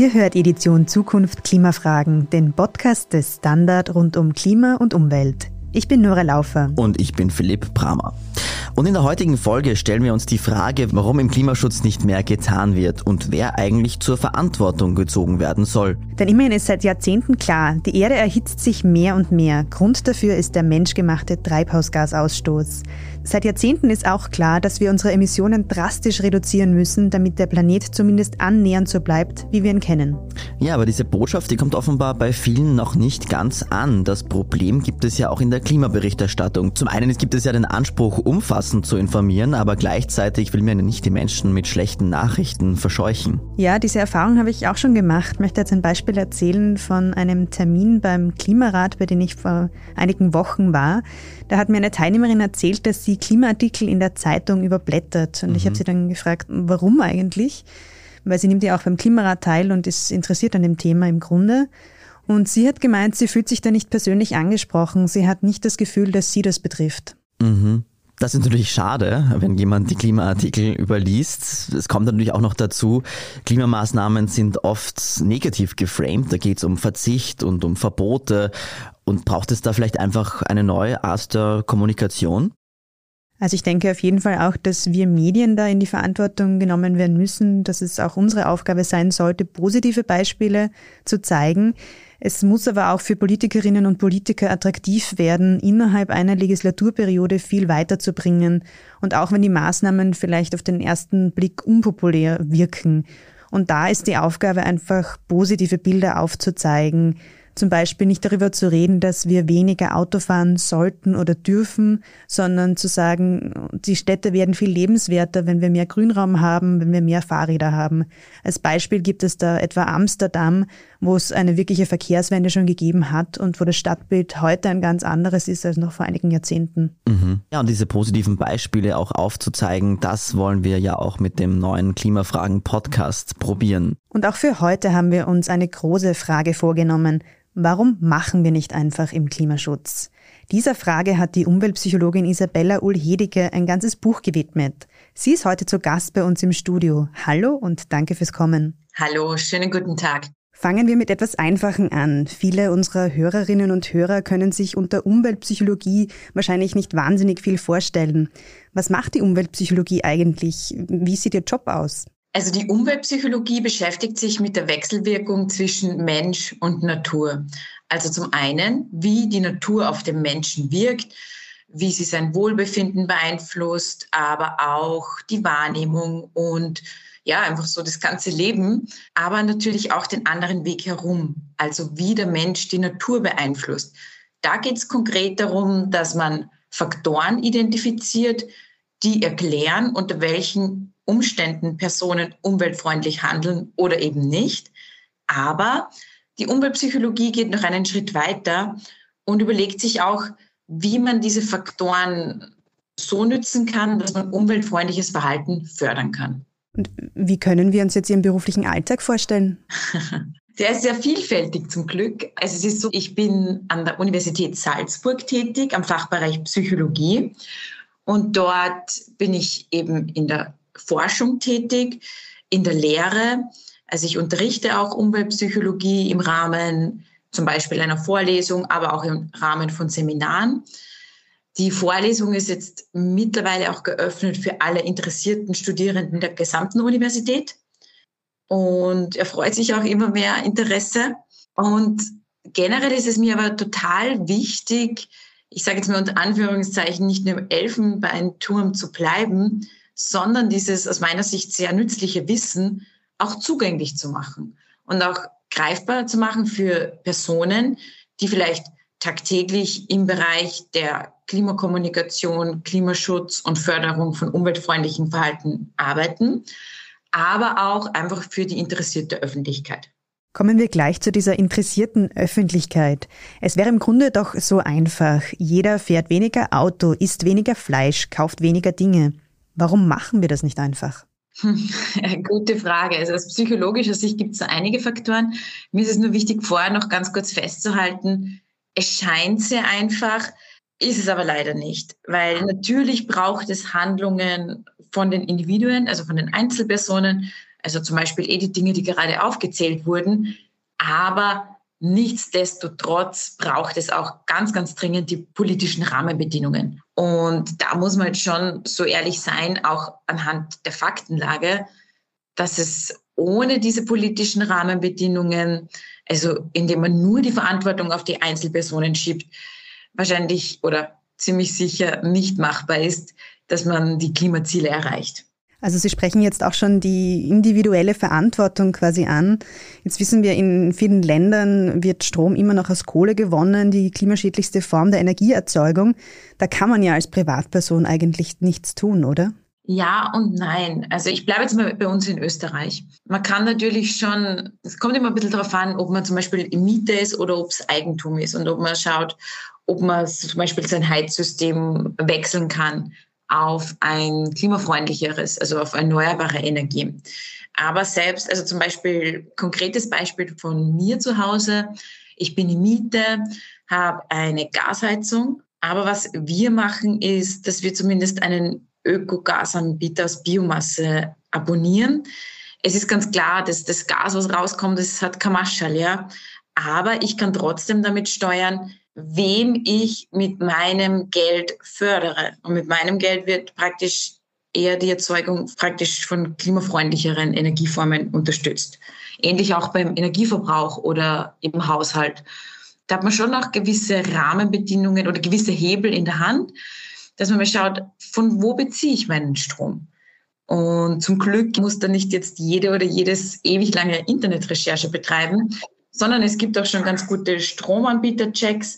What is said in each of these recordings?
Ihr hört Edition Zukunft Klimafragen, den Podcast des Standard rund um Klima und Umwelt. Ich bin Nora Laufer. Und ich bin Philipp Bramer. Und in der heutigen Folge stellen wir uns die Frage, warum im Klimaschutz nicht mehr getan wird und wer eigentlich zur Verantwortung gezogen werden soll. Denn immerhin ist seit Jahrzehnten klar, die Erde erhitzt sich mehr und mehr. Grund dafür ist der menschgemachte Treibhausgasausstoß. Seit Jahrzehnten ist auch klar, dass wir unsere Emissionen drastisch reduzieren müssen, damit der Planet zumindest annähernd so bleibt, wie wir ihn kennen. Ja, aber diese Botschaft, die kommt offenbar bei vielen noch nicht ganz an. Das Problem gibt es ja auch in der Klimaberichterstattung. Zum einen gibt es ja den Anspruch, umfassend zu informieren, aber gleichzeitig will man ja nicht die Menschen mit schlechten Nachrichten verscheuchen. Ja, diese Erfahrung habe ich auch schon gemacht. Ich möchte jetzt ein Beispiel erzählen von einem Termin beim Klimarat, bei dem ich vor einigen Wochen war. Da hat mir eine Teilnehmerin erzählt, dass sie Klimaartikel in der Zeitung überblättert. Und ich habe sie dann gefragt, warum eigentlich? Weil sie nimmt ja auch beim Klimarat teil und ist interessiert an dem Thema im Grunde. Und sie hat gemeint, sie fühlt sich da nicht persönlich angesprochen. Sie hat nicht das Gefühl, dass sie das betrifft. Das ist natürlich schade, wenn jemand die Klimaartikel überliest. Es kommt natürlich auch noch dazu, Klimamaßnahmen sind oft negativ geframed. Da geht es um Verzicht und um Verbote. Und braucht es da vielleicht einfach eine neue Art der Kommunikation? Also ich denke auf jeden Fall auch, dass wir Medien da in die Verantwortung genommen werden müssen, dass es auch unsere Aufgabe sein sollte, positive Beispiele zu zeigen. Es muss aber auch für Politikerinnen und Politiker attraktiv werden, innerhalb einer Legislaturperiode viel weiterzubringen. Und auch wenn die Maßnahmen vielleicht auf den ersten Blick unpopulär wirken. Und da ist die Aufgabe einfach, positive Bilder aufzuzeigen. Zum Beispiel nicht darüber zu reden, dass wir weniger Auto fahren sollten oder dürfen, sondern zu sagen, die Städte werden viel lebenswerter, wenn wir mehr Grünraum haben, wenn wir mehr Fahrräder haben. Als Beispiel gibt es da etwa Amsterdam, wo es eine wirkliche Verkehrswende schon gegeben hat und wo das Stadtbild heute ein ganz anderes ist als noch vor einigen Jahrzehnten. Ja, und diese positiven Beispiele auch aufzuzeigen, das wollen wir ja auch mit dem neuen Klimafragen-Podcast probieren. Und auch für heute haben wir uns eine große Frage vorgenommen. Warum machen wir nicht einfach im Klimaschutz? Dieser Frage hat die Umweltpsychologin Isabella Uhl-Hedicke ein ganzes Buch gewidmet. Sie ist heute zu Gast bei uns im Studio. Hallo und danke fürs Kommen. Hallo, schönen guten Tag. Fangen wir mit etwas Einfachen an. Viele unserer Hörerinnen und Hörer können sich unter Umweltpsychologie wahrscheinlich nicht wahnsinnig viel vorstellen. Was macht die Umweltpsychologie eigentlich? Wie sieht ihr Job aus? Also die Umweltpsychologie beschäftigt sich mit der Wechselwirkung zwischen Mensch und Natur. Also zum einen, wie die Natur auf den Menschen wirkt, wie sie sein Wohlbefinden beeinflusst, aber auch die Wahrnehmung und ja, einfach so das ganze Leben, aber natürlich auch den anderen Weg herum, also wie der Mensch die Natur beeinflusst. Da geht es konkret darum, dass man Faktoren identifiziert, die erklären, unter welchen Umständen Personen umweltfreundlich handeln oder eben nicht. Aber die Umweltpsychologie geht noch einen Schritt weiter und überlegt sich auch, wie man diese Faktoren so nützen kann, dass man umweltfreundliches Verhalten fördern kann. Und wie können wir uns jetzt Ihren beruflichen Alltag vorstellen? Der ist sehr vielfältig zum Glück. Also es ist so, ich bin an der Universität Salzburg tätig, am Fachbereich Psychologie. Und dort bin ich eben in der Forschung tätig, in der Lehre. Also ich unterrichte auch Umweltpsychologie im Rahmen zum Beispiel einer Vorlesung, aber auch im Rahmen von Seminaren. Die Vorlesung ist jetzt mittlerweile auch geöffnet für alle interessierten Studierenden der gesamten Universität und erfreut sich auch immer mehr Interesse. Und generell ist es mir aber total wichtig, ich sage jetzt mal unter Anführungszeichen, nicht nur im Elfenbeinturm zu bleiben, sondern dieses aus meiner Sicht sehr nützliche Wissen auch zugänglich zu machen und auch greifbar zu machen für Personen, die vielleicht tagtäglich im Bereich der Klimakommunikation, Klimaschutz und Förderung von umweltfreundlichem Verhalten arbeiten, aber auch einfach für die interessierte Öffentlichkeit. Kommen wir gleich zu dieser interessierten Öffentlichkeit. Es wäre im Grunde doch so einfach. Jeder fährt weniger Auto, isst weniger Fleisch, kauft weniger Dinge. Warum machen wir das nicht einfach? Gute Frage. Also aus psychologischer Sicht gibt es da einige Faktoren. Mir ist es nur wichtig, vorher noch ganz kurz festzuhalten, es scheint sehr einfach, ist es aber leider nicht. Weil natürlich braucht es Handlungen von den Individuen, also von den Einzelpersonen, Also zum Beispiel die Dinge, die gerade aufgezählt wurden. Aber nichtsdestotrotz braucht es auch ganz, ganz dringend die politischen Rahmenbedingungen. Und da muss man jetzt schon so ehrlich sein, auch anhand der Faktenlage, dass es ohne diese politischen Rahmenbedingungen, also indem man nur die Verantwortung auf die Einzelpersonen schiebt, wahrscheinlich oder ziemlich sicher nicht machbar ist, dass man die Klimaziele erreicht. Also Sie sprechen jetzt auch schon die individuelle Verantwortung quasi an. Jetzt wissen wir, in vielen Ländern wird Strom immer noch aus Kohle gewonnen, die klimaschädlichste Form der Energieerzeugung. Da kann man ja als Privatperson eigentlich nichts tun, oder? Ja und nein. Also ich bleibe jetzt mal bei uns in Österreich. Man kann natürlich schon, es kommt immer ein bisschen darauf an, ob man zum Beispiel in Miete ist oder ob es Eigentum ist und ob man schaut, ob man zum Beispiel sein Heizsystem wechseln kann auf ein klimafreundlicheres, also auf erneuerbare Energie. Aber selbst, also zum Beispiel, konkretes Beispiel von mir zu Hause, ich bin in Miete, habe eine Gasheizung, aber was wir machen ist, dass wir zumindest einen Ökogasanbieter aus Biomasse abonnieren. Es ist ganz klar, dass das Gas, was rauskommt, das hat kein Marschall, ja. Aber ich kann trotzdem damit steuern, wem ich mit meinem Geld fördere. Und mit meinem Geld wird praktisch eher die Erzeugung praktisch von klimafreundlicheren Energieformen unterstützt. Ähnlich auch beim Energieverbrauch oder im Haushalt. Da hat man schon noch gewisse Rahmenbedingungen oder gewisse Hebel in der Hand, dass man mal schaut, von wo beziehe ich meinen Strom? Und zum Glück muss da nicht jetzt jede oder jedes ewig lange Internetrecherche betreiben, sondern es gibt auch schon ganz gute Stromanbieter-Checks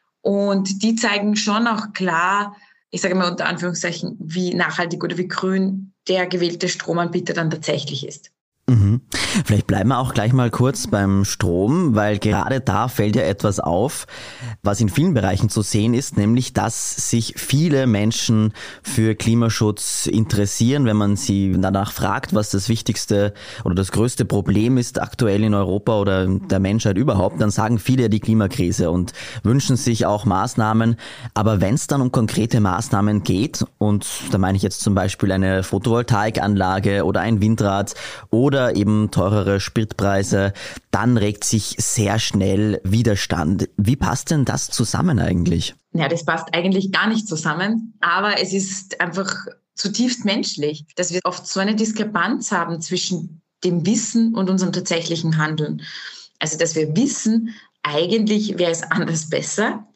und die zeigen schon auch klar, ich sage mal unter Anführungszeichen, wie nachhaltig oder wie grün der gewählte Stromanbieter dann tatsächlich ist. Mhm. Vielleicht bleiben wir auch gleich mal kurz beim Strom, weil gerade da fällt ja etwas auf, was in vielen Bereichen zu sehen ist, nämlich dass sich viele Menschen für Klimaschutz interessieren. Wenn man sie danach fragt, was das wichtigste oder das größte Problem ist aktuell in Europa oder der Menschheit überhaupt, dann sagen viele ja die Klimakrise und wünschen sich auch Maßnahmen. Aber wenn es dann um konkrete Maßnahmen geht, und da meine ich jetzt zum Beispiel eine Photovoltaikanlage oder ein Windrad oder eben teurere Spritpreise, dann regt sich sehr schnell Widerstand. Wie passt denn das zusammen eigentlich? Ja, das passt eigentlich gar nicht zusammen, aber es ist einfach zutiefst menschlich, dass wir oft so eine Diskrepanz haben zwischen dem Wissen und unserem tatsächlichen Handeln. Also, dass wir wissen, eigentlich wäre es anders besser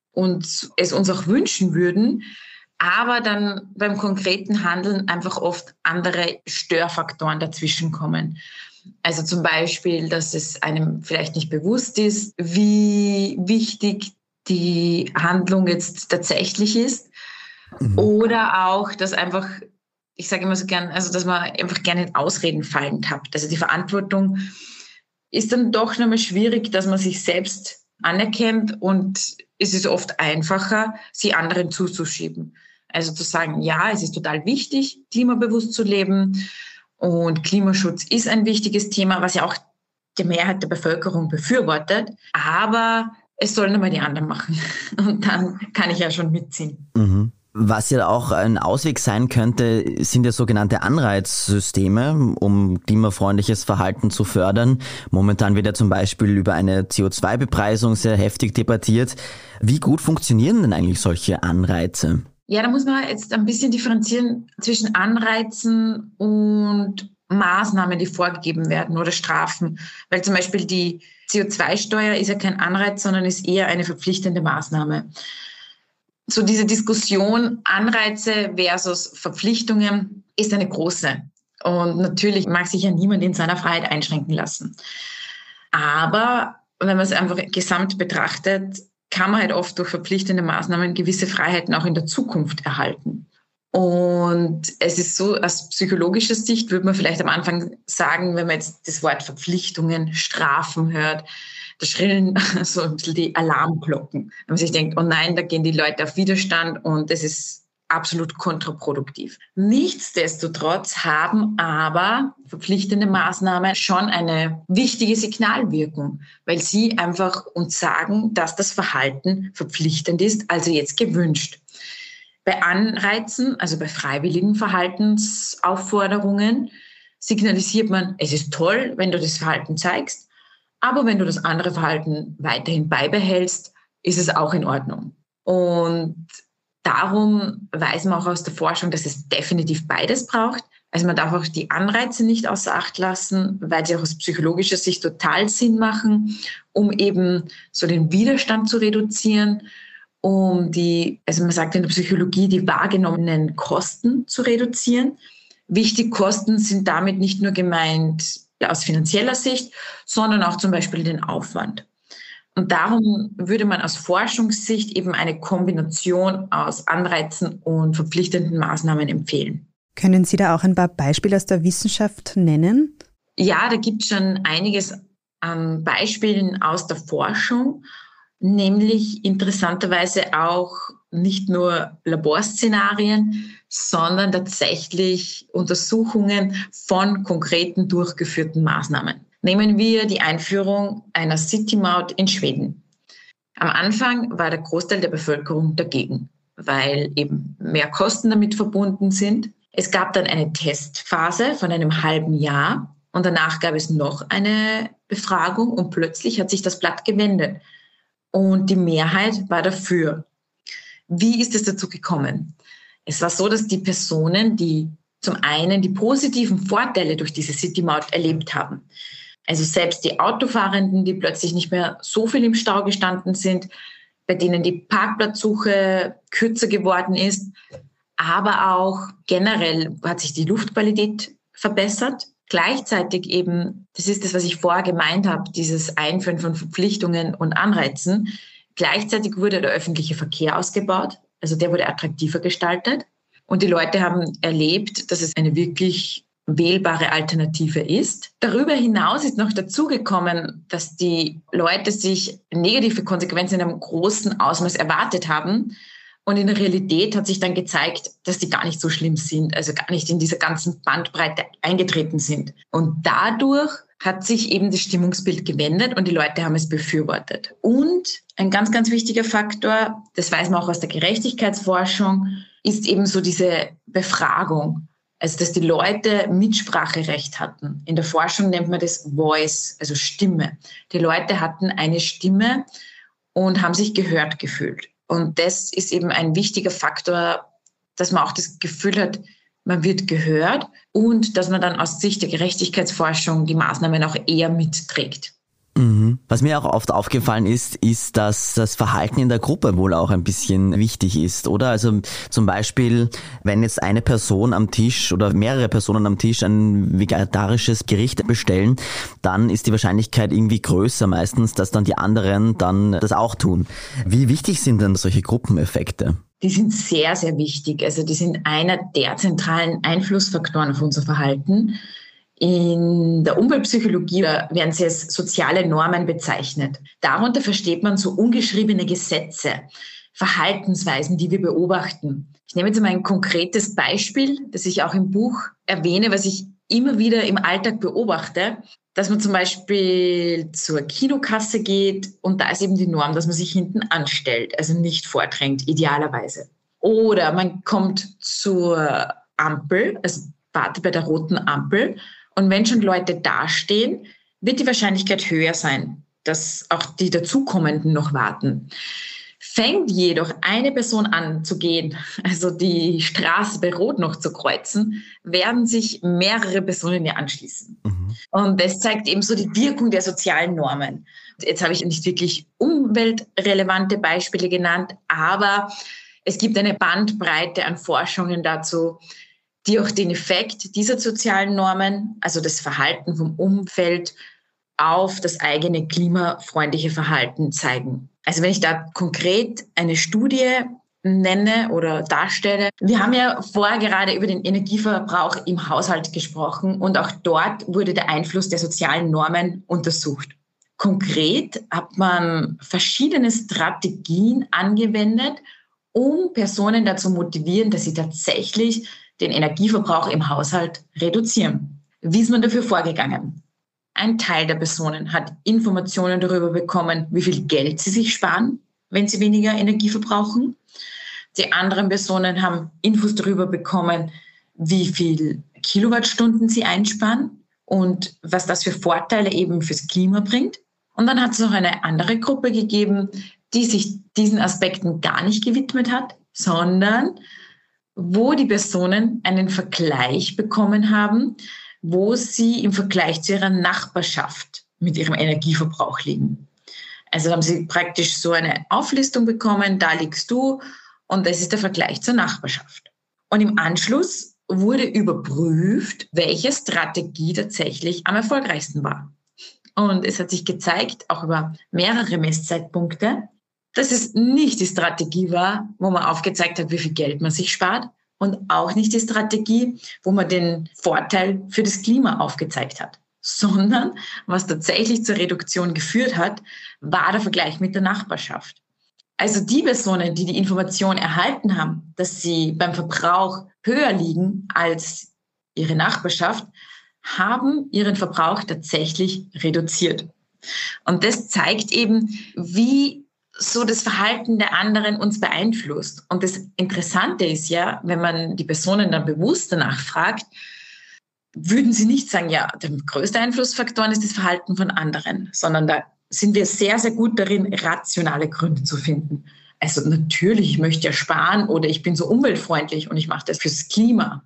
und es uns auch wünschen würden, aber dann beim konkreten Handeln einfach oft andere Störfaktoren dazwischen kommen. Also zum Beispiel, dass es einem vielleicht nicht bewusst ist, wie wichtig die Handlung jetzt tatsächlich ist. Mhm. Oder auch, dass einfach, ich sage immer so gern, also dass man einfach gerne in Ausreden fallen tappt. Also die Verantwortung ist dann doch nochmal schwierig, dass man sich selbst anerkennt und es ist oft einfacher, sie anderen zuzuschieben. Also zu sagen, ja, es ist total wichtig, klimabewusst zu leben und Klimaschutz ist ein wichtiges Thema, was ja auch die Mehrheit der Bevölkerung befürwortet, aber es sollen immer die anderen machen und dann kann ich ja schon mitziehen. Mhm. Was ja auch ein Ausweg sein könnte, sind ja sogenannte Anreizsysteme, um klimafreundliches Verhalten zu fördern. Momentan wird ja zum Beispiel über eine CO2-Bepreisung sehr heftig debattiert. Wie gut funktionieren denn eigentlich solche Anreize? Ja, da muss man jetzt ein bisschen differenzieren zwischen Anreizen und Maßnahmen, die vorgegeben werden oder Strafen. Weil zum Beispiel die CO2-Steuer ist ja kein Anreiz, sondern ist eher eine verpflichtende Maßnahme. So diese Diskussion Anreize versus Verpflichtungen ist eine große. Und natürlich mag sich ja niemand in seiner Freiheit einschränken lassen. Aber wenn man es einfach gesamt betrachtet, kann man halt oft durch verpflichtende Maßnahmen gewisse Freiheiten auch in der Zukunft erhalten. Und es ist so, aus psychologischer Sicht würde man vielleicht am Anfang sagen, wenn man jetzt das Wort Verpflichtungen, Strafen hört, da schrillen so ein bisschen die Alarmglocken. Wenn man sich denkt, oh nein, da gehen die Leute auf Widerstand und das ist absolut kontraproduktiv. Nichtsdestotrotz haben aber verpflichtende Maßnahmen schon eine wichtige Signalwirkung, weil sie einfach uns sagen, dass das Verhalten verpflichtend ist, also jetzt gewünscht. Bei Anreizen, also bei freiwilligen Verhaltensaufforderungen, signalisiert man, es ist toll, wenn du das Verhalten zeigst, aber wenn du das andere Verhalten weiterhin beibehältst, ist es auch in Ordnung. Und darum weiß man auch aus der Forschung, dass es definitiv beides braucht. Also man darf auch die Anreize nicht außer Acht lassen, weil sie auch aus psychologischer Sicht total Sinn machen, um eben so den Widerstand zu reduzieren, um also man sagt in der Psychologie, die wahrgenommenen Kosten zu reduzieren. Wichtig, Kosten sind damit nicht nur gemeint aus finanzieller Sicht, sondern auch zum Beispiel den Aufwand. Und darum würde man aus Forschungssicht eben eine Kombination aus Anreizen und verpflichtenden Maßnahmen empfehlen. Können Sie da auch ein paar Beispiele aus der Wissenschaft nennen? Ja, da gibt es schon einiges an Beispielen aus der Forschung, nämlich interessanterweise auch nicht nur Laborszenarien, sondern tatsächlich Untersuchungen von konkreten durchgeführten Maßnahmen. Nehmen wir die Einführung einer City-Maut in Schweden. Am Anfang war der Großteil der Bevölkerung dagegen, weil eben mehr Kosten damit verbunden sind. Es gab dann eine Testphase von einem halben Jahr und danach gab es noch eine Befragung und plötzlich hat sich das Blatt gewendet und die Mehrheit war dafür. Wie ist es dazu gekommen? Es war so, dass die Personen, die zum einen die positiven Vorteile durch diese City-Maut erlebt haben, also selbst die Autofahrenden, die plötzlich nicht mehr so viel im Stau gestanden sind, bei denen die Parkplatzsuche kürzer geworden ist, aber auch generell hat sich die Luftqualität verbessert. Gleichzeitig eben, das ist das, was ich vorher gemeint habe, dieses Einführen von Verpflichtungen und Anreizen. Gleichzeitig wurde der öffentliche Verkehr ausgebaut, also der wurde attraktiver gestaltet. Und die Leute haben erlebt, dass es eine wirklich wählbare Alternative ist. Darüber hinaus ist noch dazugekommen, dass die Leute sich negative Konsequenzen in einem großen Ausmaß erwartet haben. Und in der Realität hat sich dann gezeigt, dass die gar nicht so schlimm sind, also gar nicht in dieser ganzen Bandbreite eingetreten sind. Und dadurch hat sich eben das Stimmungsbild gewendet und die Leute haben es befürwortet. Und ein ganz, ganz wichtiger Faktor, das weiß man auch aus der Gerechtigkeitsforschung, ist eben so diese Befragung. Also, dass die Leute Mitspracherecht hatten. In der Forschung nennt man das Voice, also Stimme. Die Leute hatten eine Stimme und haben sich gehört gefühlt. Und das ist eben ein wichtiger Faktor, dass man auch das Gefühl hat, man wird gehört und dass man dann aus Sicht der Gerechtigkeitsforschung die Maßnahmen auch eher mitträgt. Was mir auch oft aufgefallen ist, dass das Verhalten in der Gruppe wohl auch ein bisschen wichtig ist, oder? Also zum Beispiel, wenn jetzt eine Person am Tisch oder mehrere Personen am Tisch ein vegetarisches Gericht bestellen, dann ist die Wahrscheinlichkeit irgendwie größer meistens, dass dann die anderen dann das auch tun. Wie wichtig sind denn solche Gruppeneffekte? Die sind sehr, sehr wichtig. Also die sind einer der zentralen Einflussfaktoren auf unser Verhalten. In der Umweltpsychologie werden sie als soziale Normen bezeichnet. Darunter versteht man so ungeschriebene Gesetze, Verhaltensweisen, die wir beobachten. Ich nehme jetzt mal ein konkretes Beispiel, das ich auch im Buch erwähne, was ich immer wieder im Alltag beobachte, dass man zum Beispiel zur Kinokasse geht und da ist eben die Norm, dass man sich hinten anstellt, also nicht vordrängt, idealerweise. Oder man kommt zur Ampel, also wartet bei der roten Ampel. Und wenn schon Leute dastehen, wird die Wahrscheinlichkeit höher sein, dass auch die Dazukommenden noch warten. Fängt jedoch eine Person an zu gehen, also die Straße bei Rot noch zu kreuzen, werden sich mehrere Personen ihr anschließen. Und das zeigt eben so die Wirkung der sozialen Normen. Jetzt habe ich nicht wirklich umweltrelevante Beispiele genannt, aber es gibt eine Bandbreite an Forschungen dazu, die auch den Effekt dieser sozialen Normen, also das Verhalten vom Umfeld, auf das eigene klimafreundliche Verhalten zeigen. Also wenn ich da konkret eine Studie nenne oder darstelle, wir haben ja vorher gerade über den Energieverbrauch im Haushalt gesprochen und auch dort wurde der Einfluss der sozialen Normen untersucht. Konkret hat man verschiedene Strategien angewendet, um Personen dazu motivieren, dass sie tatsächlich den Energieverbrauch im Haushalt reduzieren. Wie ist man dafür vorgegangen? Ein Teil der Personen hat Informationen darüber bekommen, wie viel Geld sie sich sparen, wenn sie weniger Energie verbrauchen. Die anderen Personen haben Infos darüber bekommen, wie viel Kilowattstunden sie einsparen und was das für Vorteile eben fürs Klima bringt. Und dann hat es noch eine andere Gruppe gegeben, die sich diesen Aspekten gar nicht gewidmet hat, sondern wo die Personen einen Vergleich bekommen haben, wo sie im Vergleich zu ihrer Nachbarschaft mit ihrem Energieverbrauch liegen. Also haben sie praktisch so eine Auflistung bekommen, da liegst du und das ist der Vergleich zur Nachbarschaft. Und im Anschluss wurde überprüft, welche Strategie tatsächlich am erfolgreichsten war. Und es hat sich gezeigt, auch über mehrere Messzeitpunkte, dass es nicht die Strategie war, wo man aufgezeigt hat, wie viel Geld man sich spart und auch nicht die Strategie, wo man den Vorteil für das Klima aufgezeigt hat, sondern was tatsächlich zur Reduktion geführt hat, war der Vergleich mit der Nachbarschaft. Also die Personen, die die Information erhalten haben, dass sie beim Verbrauch höher liegen als ihre Nachbarschaft, haben ihren Verbrauch tatsächlich reduziert. Und das zeigt eben, wie so das Verhalten der anderen uns beeinflusst. Und das Interessante ist ja, wenn man die Personen dann bewusst danach fragt, würden sie nicht sagen, ja, der größte Einflussfaktor ist das Verhalten von anderen, sondern da sind wir sehr, sehr gut darin, rationale Gründe zu finden. Also natürlich, ich möchte ja sparen oder ich bin so umweltfreundlich und ich mache das fürs Klima.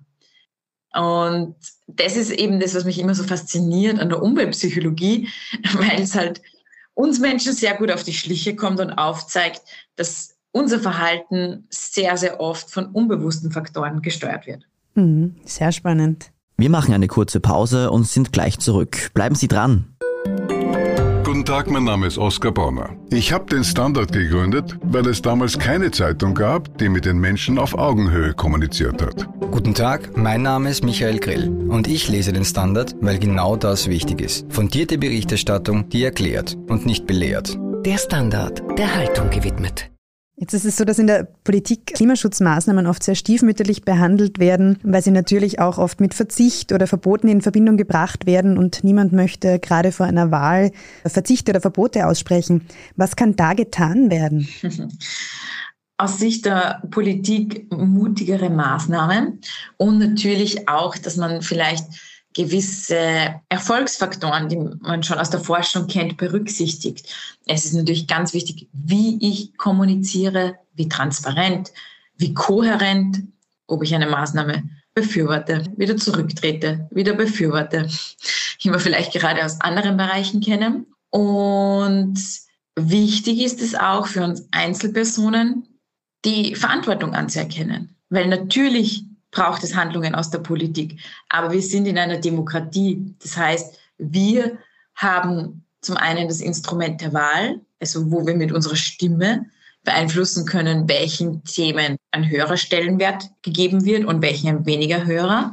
Und das ist eben das, was mich immer so fasziniert an der Umweltpsychologie, weil es halt uns Menschen sehr gut auf die Schliche kommt und aufzeigt, dass unser Verhalten sehr, sehr oft von unbewussten Faktoren gesteuert wird. Sehr spannend. Wir machen eine kurze Pause und sind gleich zurück. Bleiben Sie dran. Guten Tag, mein Name ist Oskar Bonner. Ich habe den Standard gegründet, weil es damals keine Zeitung gab, die mit den Menschen auf Augenhöhe kommuniziert hat. Guten Tag, mein Name ist Michael Grill und ich lese den Standard, weil genau das wichtig ist. Fundierte Berichterstattung, die erklärt und nicht belehrt. Der Standard, der Haltung gewidmet. Jetzt ist es so, dass in der Politik Klimaschutzmaßnahmen oft sehr stiefmütterlich behandelt werden, weil sie natürlich auch oft mit Verzicht oder Verboten in Verbindung gebracht werden und niemand möchte gerade vor einer Wahl Verzichte oder Verbote aussprechen. Was kann da getan werden? Aus Sicht der Politik mutigere Maßnahmen und natürlich auch, dass man vielleicht gewisse Erfolgsfaktoren, die man schon aus der Forschung kennt, berücksichtigt. Es ist natürlich ganz wichtig, wie ich kommuniziere, wie transparent, wie kohärent, ob ich eine Maßnahme befürworte, wieder zurücktrete, wieder befürworte, die wir vielleicht gerade aus anderen Bereichen kennen. Und wichtig ist es auch für uns Einzelpersonen, die Verantwortung anzuerkennen. Weil natürlich braucht es Handlungen aus der Politik. Aber wir sind in einer Demokratie. Das heißt, wir haben zum einen das Instrument der Wahl, also wo wir mit unserer Stimme beeinflussen können, welchen Themen ein höherer Stellenwert gegeben wird und welchen ein weniger höherer.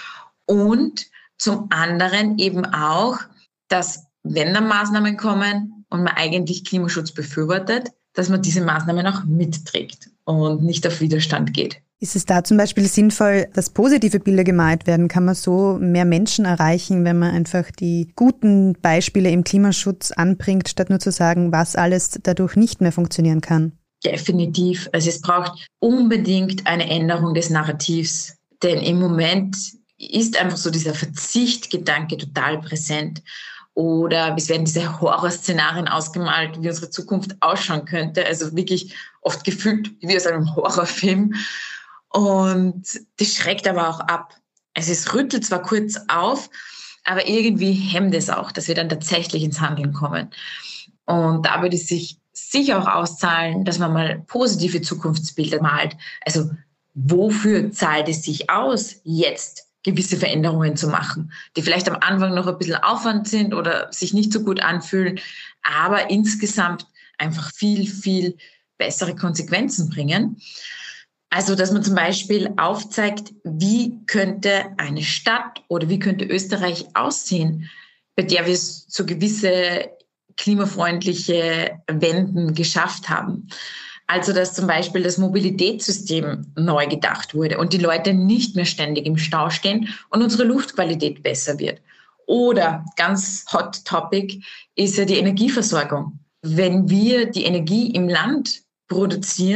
Und zum anderen eben auch, dass wenn dann Maßnahmen kommen und man eigentlich Klimaschutz befürwortet, dass man diese Maßnahmen auch mitträgt und nicht auf Widerstand geht. Ist es da zum Beispiel sinnvoll, dass positive Bilder gemalt werden? Kann man so mehr Menschen erreichen, wenn man einfach die guten Beispiele im Klimaschutz anbringt, statt nur zu sagen, was alles dadurch nicht mehr funktionieren kann? Definitiv. Also es braucht unbedingt eine Änderung des Narrativs. Denn im Moment ist einfach so dieser Verzichtgedanke total präsent. Oder es werden diese Horrorszenarien ausgemalt, wie unsere Zukunft ausschauen könnte. Also wirklich oft gefühlt wie aus einem Horrorfilm. Und das schreckt aber auch ab. Also es rüttelt zwar kurz auf, aber irgendwie hemmt es auch, dass wir dann tatsächlich ins Handeln kommen. Und da würde es sich sicher auch auszahlen, dass man mal positive Zukunftsbilder malt. Also wofür zahlt es sich aus, jetzt gewisse Veränderungen zu machen, die vielleicht am Anfang noch ein bisschen Aufwand sind oder sich nicht so gut anfühlen, aber insgesamt einfach viel, viel bessere Konsequenzen bringen. Also, dass man zum Beispiel aufzeigt, wie könnte eine Stadt oder wie könnte Österreich aussehen, bei der wir so gewisse klimafreundliche Wenden geschafft haben. Also, dass zum Beispiel das Mobilitätssystem neu gedacht wurde und die Leute nicht mehr ständig im Stau stehen und unsere Luftqualität besser wird. Oder ganz hot topic ist ja die Energieversorgung. Wenn wir die Energie im Land produzieren,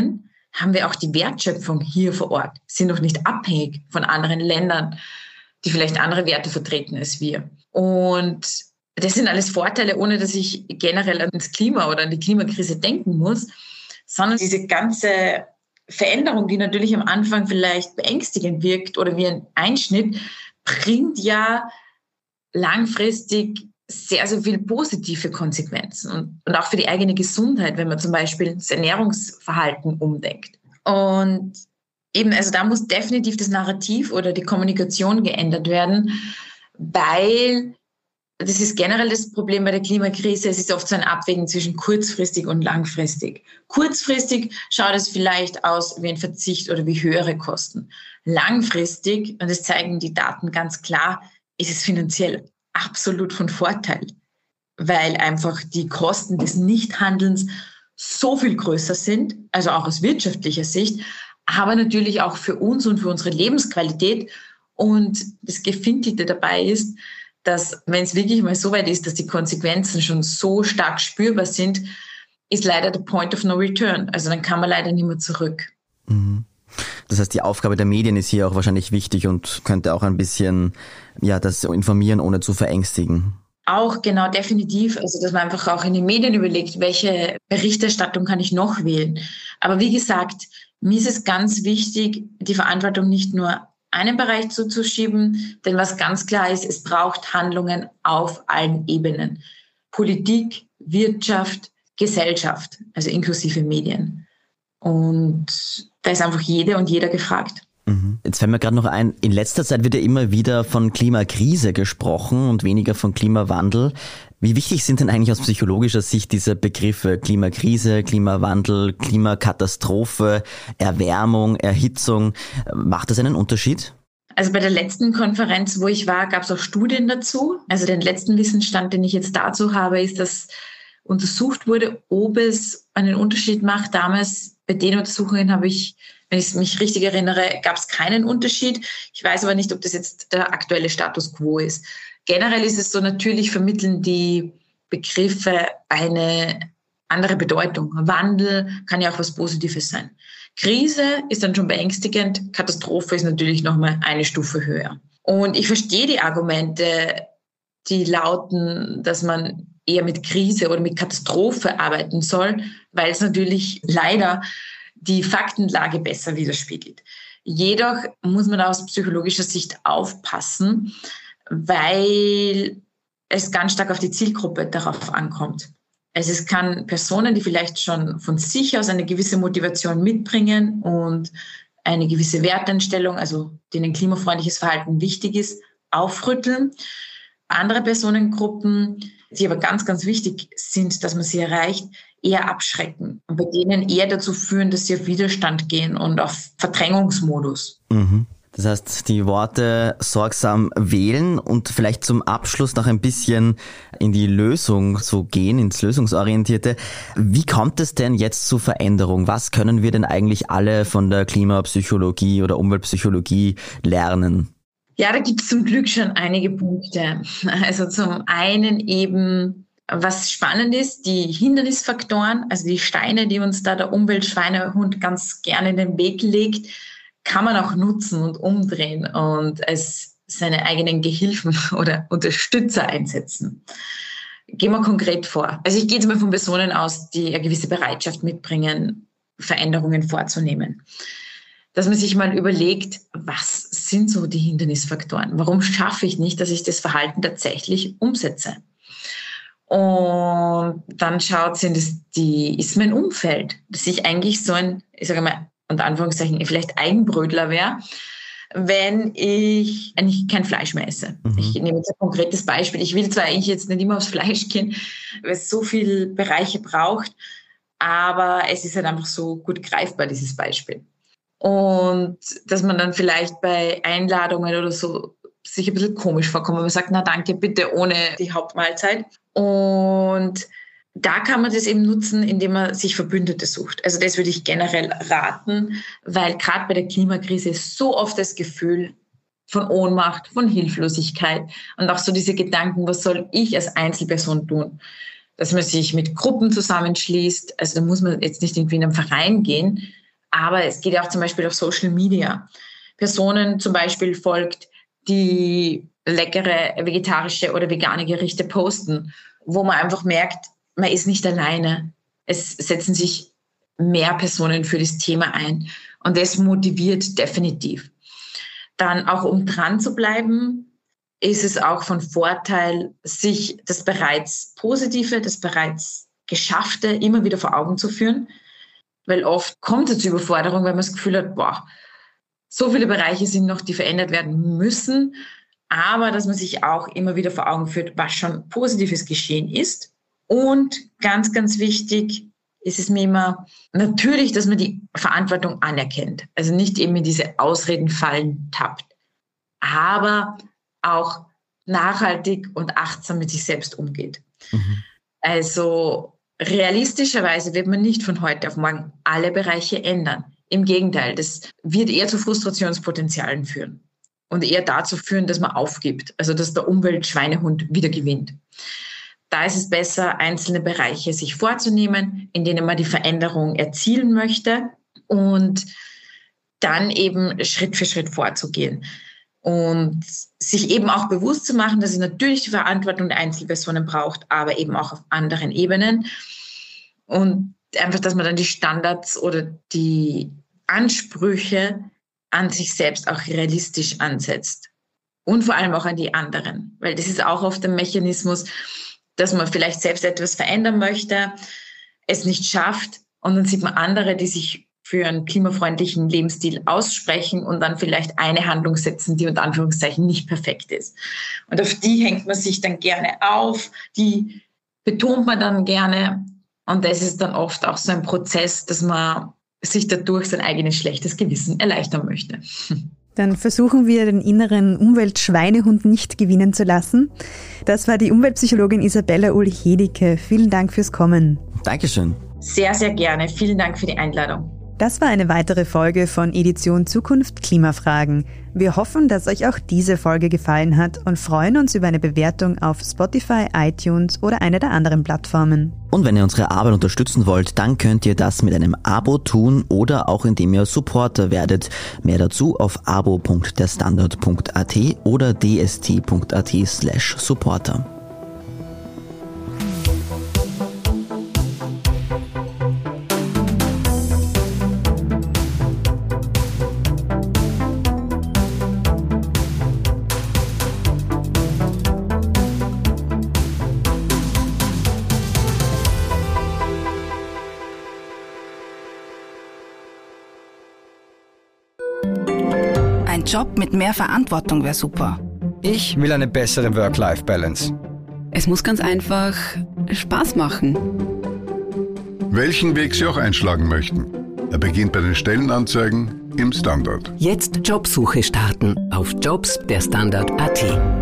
haben wir auch die Wertschöpfung hier vor Ort, sind noch nicht abhängig von anderen Ländern, die vielleicht andere Werte vertreten als wir. Und das sind alles Vorteile, ohne dass ich generell ans Klima oder an die Klimakrise denken muss, sondern diese ganze Veränderung, die natürlich am Anfang vielleicht beängstigend wirkt oder wie ein Einschnitt, bringt ja langfristig sehr, sehr viel positive Konsequenzen und auch für die eigene Gesundheit, wenn man zum Beispiel das Ernährungsverhalten umdenkt. Und eben, also da muss definitiv das Narrativ oder die Kommunikation geändert werden, weil das ist generell das Problem bei der Klimakrise. Es ist oft so ein Abwägen zwischen kurzfristig und langfristig. Kurzfristig schaut es vielleicht aus wie ein Verzicht oder wie höhere Kosten. Langfristig, und das zeigen die Daten ganz klar, ist es finanziell absolut von Vorteil, weil einfach die Kosten des Nichthandelns so viel größer sind, also auch aus wirtschaftlicher Sicht, aber natürlich auch für uns und für unsere Lebensqualität. Und das Gefindliche dabei ist, dass wenn es wirklich mal so weit ist, dass die Konsequenzen schon so stark spürbar sind, ist leider der Point of no return. Also dann kann man leider nicht mehr zurück. Das heißt, die Aufgabe der Medien ist hier auch wahrscheinlich wichtig und könnte auch ein bisschen, das informieren, ohne zu verängstigen. Auch, genau, definitiv. Also, dass man einfach auch in den Medien überlegt, welche Berichterstattung kann ich noch wählen. Aber wie gesagt, mir ist es ganz wichtig, die Verantwortung nicht nur einen Bereich zuzuschieben, denn was ganz klar ist, es braucht Handlungen auf allen Ebenen. Politik, Wirtschaft, Gesellschaft, also inklusive Medien. Und da ist einfach jede und jeder gefragt. Jetzt fällt mir gerade noch ein, in letzter Zeit wird ja immer wieder von Klimakrise gesprochen und weniger von Klimawandel. Wie wichtig sind denn eigentlich aus psychologischer Sicht diese Begriffe Klimakrise, Klimawandel, Klimakatastrophe, Erwärmung, Erhitzung? Macht das einen Unterschied? Also bei der letzten Konferenz, wo ich war, gab es auch Studien dazu. Also den letzten Wissensstand, den ich jetzt dazu habe, ist, dass untersucht wurde, ob es einen Unterschied macht. Damals bei den Untersuchungen habe ich, wenn ich mich richtig erinnere, gab es keinen Unterschied. Ich weiß aber nicht, ob das jetzt der aktuelle Status quo ist. Generell ist es so, natürlich vermitteln die Begriffe eine andere Bedeutung. Wandel kann ja auch was Positives sein. Krise ist dann schon beängstigend. Katastrophe ist natürlich nochmal eine Stufe höher. Und ich verstehe die Argumente, die lauten, dass man eher mit Krise oder mit Katastrophe arbeiten soll, weil es natürlich leider die Faktenlage besser widerspiegelt. Jedoch muss man aus psychologischer Sicht aufpassen, weil es ganz stark auf die Zielgruppe darauf ankommt. Also es kann Personen, die vielleicht schon von sich aus eine gewisse Motivation mitbringen und eine gewisse Werteinstellung, also denen klimafreundliches Verhalten wichtig ist, aufrütteln. Andere Personengruppen, die aber ganz, ganz wichtig sind, dass man sie erreicht, eher abschrecken und bei denen eher dazu führen, dass sie auf Widerstand gehen und auf Verdrängungsmodus. Das heißt, die Worte sorgsam wählen und vielleicht zum Abschluss noch ein bisschen in die Lösung zu gehen, ins Lösungsorientierte. Wie kommt es denn jetzt zu Veränderung? Was können wir denn eigentlich alle von der Klimapsychologie oder Umweltpsychologie lernen? Ja, da gibt es zum Glück schon einige Punkte. Also zum einen eben, was spannend ist, die Hindernisfaktoren, also die Steine, die uns da der Umweltschweinehund ganz gerne in den Weg legt, kann man auch nutzen und umdrehen und als seine eigenen Gehilfen oder Unterstützer einsetzen. Gehen wir konkret vor. Also ich gehe jetzt mal von Personen aus, die eine gewisse Bereitschaft mitbringen, Veränderungen vorzunehmen. Dass man sich mal überlegt, was sind so die Hindernisfaktoren? Warum schaffe ich nicht, dass ich das Verhalten tatsächlich umsetze? Und dann schaut, ist mein Umfeld, dass ich eigentlich so ein, ich sage mal, unter Anführungszeichen, vielleicht Eigenbrötler wäre, wenn ich eigentlich kein Fleisch mehr esse. Ich nehme jetzt ein konkretes Beispiel. Ich will zwar eigentlich jetzt nicht immer aufs Fleisch gehen, weil es so viele Bereiche braucht, aber es ist halt einfach so gut greifbar, dieses Beispiel. Und dass man dann vielleicht bei Einladungen oder so sich ein bisschen komisch vorkommt, wenn man sagt, na danke, bitte ohne die Hauptmahlzeit. Und da kann man das eben nutzen, indem man sich Verbündete sucht. Also das würde ich generell raten, weil gerade bei der Klimakrise ist so oft das Gefühl von Ohnmacht, von Hilflosigkeit und auch so diese Gedanken, was soll ich als Einzelperson tun? Dass man sich mit Gruppen zusammenschließt. Also da muss man jetzt nicht irgendwie in einen Verein gehen, Aber es geht ja auch zum Beispiel auf Social Media. Personen zum Beispiel folgt, die leckere vegetarische oder vegane Gerichte posten, wo man einfach merkt, man ist nicht alleine. Es setzen sich mehr Personen für das Thema ein und das motiviert definitiv. Dann auch um dran zu bleiben, ist es auch von Vorteil, sich das bereits Positive, das bereits Geschaffte immer wieder vor Augen zu führen, weil oft kommt es zu Überforderung, wenn man das Gefühl hat, boah, so viele Bereiche sind noch, die verändert werden müssen, aber dass man sich auch immer wieder vor Augen führt, was schon Positives geschehen ist. Und ganz, ganz wichtig ist es mir immer natürlich, dass man die Verantwortung anerkennt. Also nicht eben in diese Ausredenfallen tappt, aber auch nachhaltig und achtsam mit sich selbst umgeht. Mhm. Also realistischerweise wird man nicht von heute auf morgen alle Bereiche ändern. Im Gegenteil, das wird eher zu Frustrationspotenzialen führen und eher dazu führen, dass man aufgibt, also dass der Umweltschweinehund wieder gewinnt. Da ist es besser, einzelne Bereiche sich vorzunehmen, in denen man die Veränderung erzielen möchte und dann eben Schritt für Schritt vorzugehen. Und sich eben auch bewusst zu machen, dass es natürlich die Verantwortung der Einzelpersonen braucht, aber eben auch auf anderen Ebenen. Und einfach, dass man dann die Standards oder die Ansprüche an sich selbst auch realistisch ansetzt. Und vor allem auch an die anderen. Weil das ist auch oft ein Mechanismus, dass man vielleicht selbst etwas verändern möchte, es nicht schafft und dann sieht man andere, die sich für einen klimafreundlichen Lebensstil aussprechen und dann vielleicht eine Handlung setzen, die unter Anführungszeichen nicht perfekt ist. Und auf die hängt man sich dann gerne auf, die betont man dann gerne und das ist dann oft auch so ein Prozess, dass man sich dadurch sein eigenes schlechtes Gewissen erleichtern möchte. Dann versuchen wir, den inneren Umweltschweinehund nicht gewinnen zu lassen. Das war die Umweltpsychologin Isabella Ulrich-Hedicke. Vielen Dank fürs Kommen. Dankeschön. Sehr, sehr gerne. Vielen Dank für die Einladung. Das war eine weitere Folge von Edition Zukunft Klimafragen. Wir hoffen, dass euch auch diese Folge gefallen hat und freuen uns über eine Bewertung auf Spotify, iTunes oder einer der anderen Plattformen. Und wenn ihr unsere Arbeit unterstützen wollt, dann könnt ihr das mit einem Abo tun oder auch indem ihr Supporter werdet. Mehr dazu auf abo.derstandard.at oder dst.at/supporter. Ein Job mit mehr Verantwortung wäre super. Ich will eine bessere Work-Life-Balance. Es muss ganz einfach Spaß machen. Welchen Weg Sie auch einschlagen möchten. Er beginnt bei den Stellenanzeigen im Standard. Jetzt Jobsuche starten auf jobs der Standard.at.